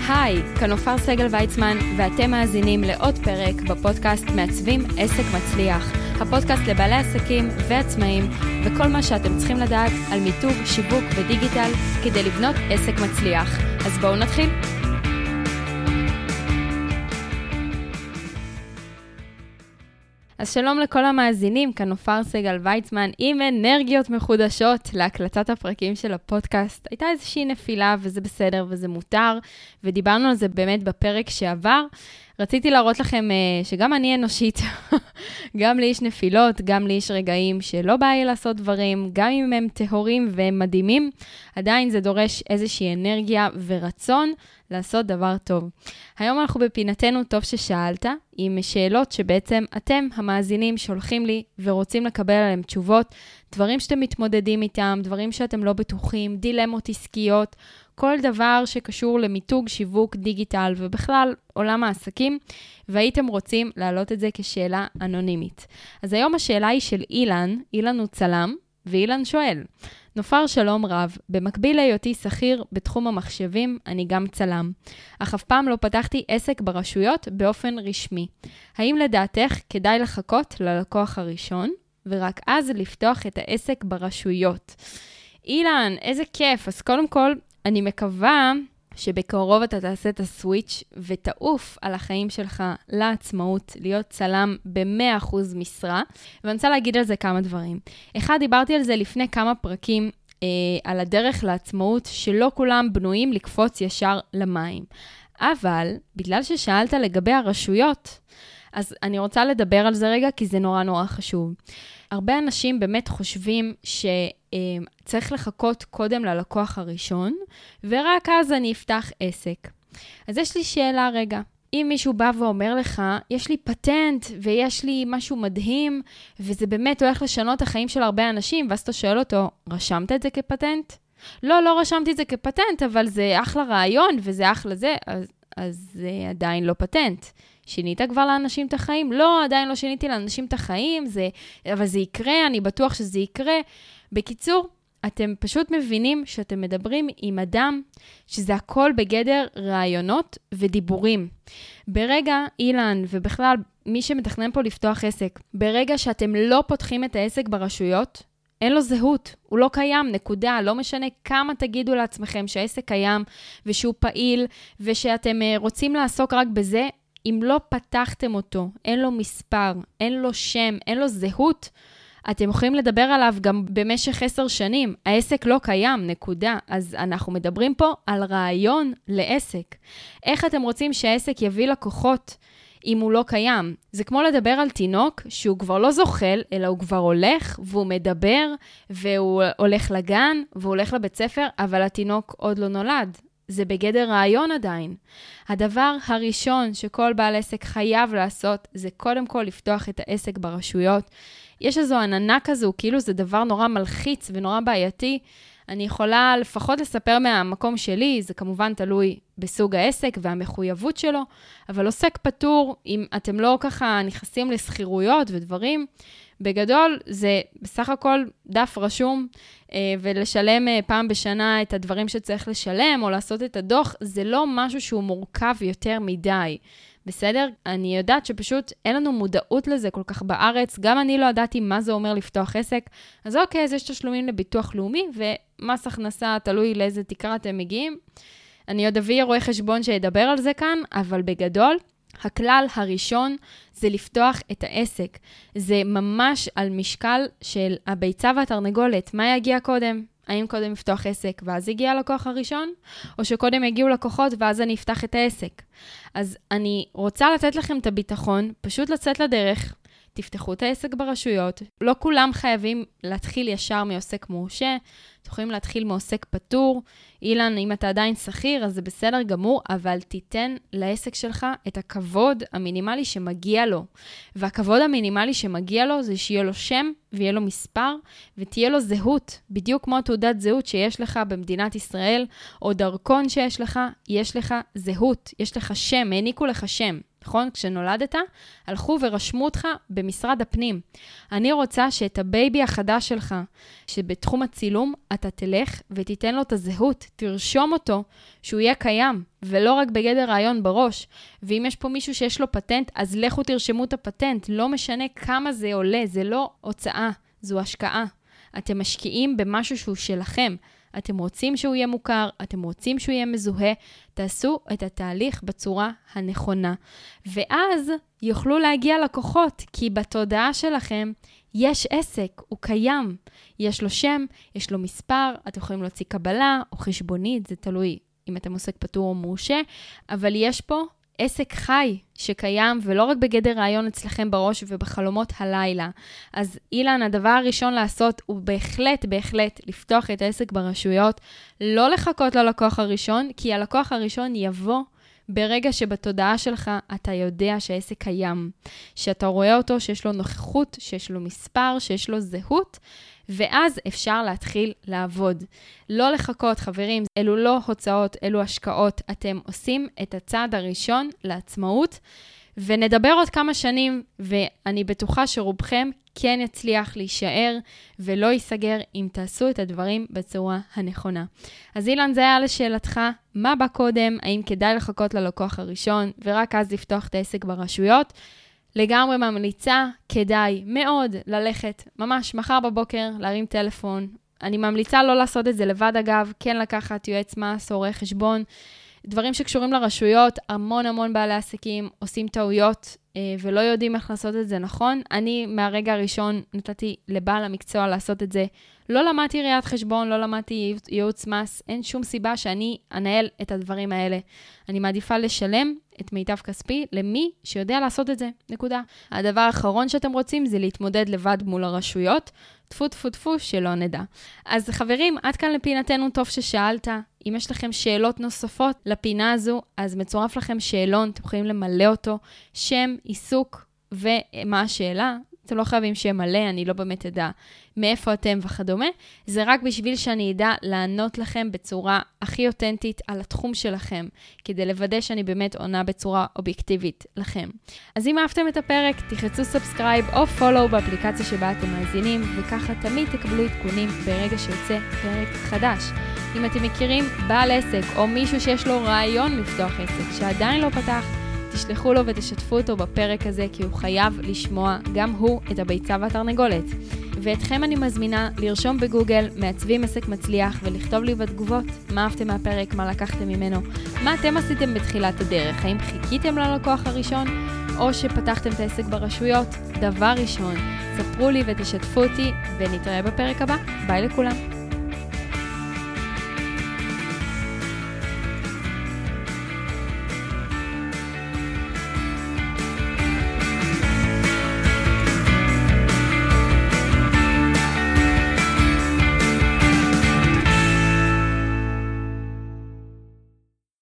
היי, כאן עופר סגל ויצמן, ואתם מאזינים לעוד פרק בפודקאסט מעצבים עסק מצליח. הפודקאסט לבעלי עסקים ועצמאים, וכל מה שאתם צריכים לדעת על מיתוג, שיווק ודיגיטל כדי לבנות עסק מצליח. אז בואו נתחיל. אז שלום לכל המאזינים, כאן עופר סגל ויצמן עם אנרגיות מחודשות להקלטת הפרקים של הפודקאסט. הייתה איזושהי נפילה וזה בסדר וזה מותר, ודיברנו על זה באמת בפרק שעבר. רציתי להראות לכם שגם אני אנושית, גם לי יש נפילות, גם לי יש רגעים שלא בא לי לעשות דברים, גם אם הם טהורים והם מדהימים, עדיין זה דורש איזושהי אנרגיה ורצון לעשות דבר טוב. היום אנחנו בפינתנו טוב ששאלת, עם שאלות שבעצם אתם המאזינים שולחים לי ורוצים לקבל עליהם תשובות, דברים שאתם מתמודדים איתם, דברים שאתם לא בטוחים, דילמות עסקיות, כל דבר שקשור למיתוג, שיווק, דיגיטל ובכלל עולם העסקים, והייתם רוצים להעלות את זה כשאלה אנונימית. אז היום השאלה היא של אילן, אילן הוא צלם, ואילן שואל, נופר שלום רב, במקביל להיותי שכיר בתחום המחשבים, אני גם צלם. אך אף פעם לא פתחתי עסק ברשויות באופן רשמי. האם לדעתך כדאי לחכות ללקוח הראשון, ורק אז לפתוח את העסק ברשויות? אילן, איזה כיף. אז קודם כל, אני מקווה שבקרוב אתה תעשה את הסוויץ' ותעוף על החיים שלך לעצמאות, להיות צלם ב-100% משרה. ואני רוצה להגיד על זה כמה דברים. אחד, דיברתי על זה לפני כמה פרקים, על הדרך לעצמאות, שלא כולם בנויים לקפוץ ישר למים. אבל, בגלל ששאלת לגבי הרשויות, אז אני רוצה לדבר על זה רגע, כי זה נורא נורא חשוב. הרבה אנשים באמת חושבים שצריך לחכות קודם ללקוח הראשון, ורק אז אני אפתח עסק. אז יש לי שאלה רגע. אם מישהו בא ואומר לך, יש לי פטנט ויש לי משהו מדהים, וזה באמת הולך לשנות החיים של הרבה אנשים, ואז אתה שואל אותו, רשמת את זה כפטנט? לא רשמתי את זה כפטנט, אבל זה אחלה רעיון וזה אחלה זה, אז זה עדיין לא פטנט. שינית כבר לאנשים את החיים? לא, עדיין לא שיניתי לאנשים את החיים, אבל זה יקרה, אני בטוח שזה יקרה. בקיצור, אתם פשוט מבינים שאתם מדברים עם אדם, שזה הכל בגדר רעיונות ודיבורים. ברגע, אילן, ובכלל מי שמתכנן פה לפתוח עסק, ברגע שאתם לא פותחים את העסק ברשויות, אין לו זהות, הוא לא קיים, נקודה, לא משנה כמה תגידו לעצמכם שהעסק קיים ושהוא פעיל, ושאתם רוצים לעסוק רק בזה, אם לא פתחתם אותו, אין לו מספר, אין לו שם, אין לו זהות, אתם יכולים לדבר עליו גם במשך 10 שנים. העסק לא קיים, נקודה. אז אנחנו מדברים פה על רעיון לעסק. איך אתם רוצים שהעסק יביא לקוחות אם הוא לא קיים? זה כמו לדבר על תינוק שהוא כבר לא זוחל, אלא הוא כבר הולך והוא מדבר, והוא הולך לגן והוא הולך לבית ספר, אבל התינוק עוד לא נולד. זה בגדר רעיון עדיין. הדבר הראשון שכל בעל עסק חייב לעשות, זה קודם כל לפתוח את העסק ברשויות. יש איזו עננה כזו, כאילו זה דבר נורא מלחיץ ונורא בעייתי. אני יכולה לפחות לספר מהמקום שלי, זה כמובן תלוי בסוג העסק והמחויבות שלו, אבל עוסק פטור, אם אתם לא ככה נכנסים לסחירויות ודברים, בגדול זה בסך הכל דף רשום, ולשלם פעם בשנה את הדברים שצריך לשלם, או לעשות את הדוח, זה לא משהו שהוא מורכב יותר מדי. בסדר? אני יודעת שפשוט אין לנו מודעות לזה כל כך בארץ, גם אני לא ידעתי מה זה אומר לפתוח עסק, אז אוקיי, אז יש תשלומים לביטוח לאומי, ומס הכנסה תלוי לאיזה תקרה אתם מגיעים. אני עוד אביא רואה חשבון שידבר על זה כאן, אבל בגדול, הכלל הראשון זה לפתוח את העסק. זה ממש על משקל של הביצה והתרנגולת. מה יגיע קודם? האם קודם לפתוח עסק ואז הגיע הלקוח הראשון? או שקודם יגיעו לקוחות ואז אני אפתח את העסק? אז אני רוצה לתת לכם את הביטחון, פשוט לצאת לדרך, תפתחו את העסק ברשויות. לא כולם חייבים להתחיל ישר מעוסק מורשה, אתם יכולים להתחיל מעוסק פטור. אילן, אם אתה עדיין שכיר, אז זה בסדר גמור, אבל תיתן לעסק שלך את הכבוד המינימלי שמגיע לו. והכבוד המינימלי שמגיע לו זה שיהיה לו שם ויהיה לו מספר, ותהיה לו זהות, בדיוק כמו תעודת זהות שיש לך במדינת ישראל, או דרכון שיש לך, יש לך זהות, יש לך שם, העניקו לך שם. נכון? כשנולדת, הלכו ורשמו אותך במשרד הפנים. אני רוצה שאת הבייבי החדש שלך, שבתחום הצילום, אתה תלך ותיתן לו את הזהות, תרשום אותו, שהוא יהיה קיים, ולא רק בגדר רעיון בראש. ואם יש פה מישהו שיש לו פטנט, אז לכו תרשמו את הפטנט. לא משנה כמה זה עולה, זה לא הוצאה, זו השקעה. אתם משקיעים במשהו שהוא שלכם. אתם רוצים שהוא יהיה מוכר, אתם רוצים שהוא יהיה מזוהה, תעשו את התהליך בצורה הנכונה. ואז יוכלו להגיע לקוחות, כי בתודעה שלכם יש עסק, הוא קיים. יש לו שם, יש לו מספר, אתם יכולים להוציא קבלה או חשבונית, זה תלוי אם אתם עוסק פטור או מורשה, אבל יש פה עסק חי שקיים, ולא רק בגדר רעיון אצלכם בראש ובחלומות הלילה. אז אילן, הדבר הראשון לעשות הוא בהחלט לפתוח את העסק ברשויות, לא לחכות ללקוח הראשון, כי הלקוח הראשון יבוא ברגע שבתודעה שלך אתה יודע שהעסק קיים, שאתה רואה אותו, שיש לו נוכחות, שיש לו מספר, שיש לו זהות, ואז אפשר להתחיל לעבוד. לא לחכות, חברים, אלו לא הוצאות, אלו השקעות. אתם עושים את הצעד הראשון לעצמאות, ונדבר עוד כמה שנים, ואני בטוחה שרובכם כן יצליח להישאר ולא ייסגר אם תעשו את הדברים בצורה הנכונה. אז אילן, זה היה לשאלתך, מה בא קודם? האם כדאי לחכות ללקוח הראשון ורק אז לפתוח את העסק ברשויות? לגמרי ממליצה, כדאי מאוד ללכת ממש מחר בבוקר, להרים טלפון. אני ממליצה לא לעשות את זה לבד אגב, כן לקחת יועץ מס או רואה חשבון. דברים שקשורים לרשויות, המון בעלי עסקים עושים טעויות ולא יודעים איך לעשות את זה נכון. אני מהרגע הראשון נתתי לבעל המקצוע לעשות את זה. לא למדתי ראיית חשבון, לא למדתי ייעוץ מס, אין שום סיבה שאני אנהל את הדברים האלה. אני מעדיפה לשלם את מיטב כספי למי שיודע לעשות את זה, נקודה. הדבר האחרון שאתם רוצים זה להתמודד לבד מול הרשויות, טפו שלא נדע. אז חברים, עד כאן לפינתנו, טוב ששאלת. אם יש לכם שאלות נוספות לפינה הזו, אז מצורף לכם שאלון, אתם יכולים למלא אותו, שם, עיסוק ומה השאלה. אתם לא חייבים שם מלא, אני לא באמת אדע מאיפה אתם וכדומה. זה רק בשביל שאני אדע לענות לכם בצורה הכי אותנטית על התחום שלכם, כדי לוודא שאני באמת עונה בצורה אובייקטיבית לכם. אז אם אהבתם את הפרק, תחצו סאבסקרייב או פולו באפליקציה שבה אתם מאזינים, וככה תמיד תקבלו עדכונים ברגע שיוצא פרק חדש. אם אתם מכירים בעל עסק או מישהו שיש לו רעיון לפתוח עסק שעדיין לא פתח, תשלחו לו ותשתפו אותו בפרק הזה, כי הוא חייב לשמוע גם הוא את הביצה והתרנגולת. ואתכם אני מזמינה לרשום בגוגל מעצבים עסק מצליח ולכתוב לי בתגובות מה אהבתם מהפרק, מה לקחתם ממנו, מה אתם עשיתם בתחילת הדרך, האם חיכיתם ללקוח הראשון או שפתחתם את העסק ברשויות. דבר ראשון, ספרו לי ותשתפו אותי ונתראה בפרק הבא. ביי לכולם.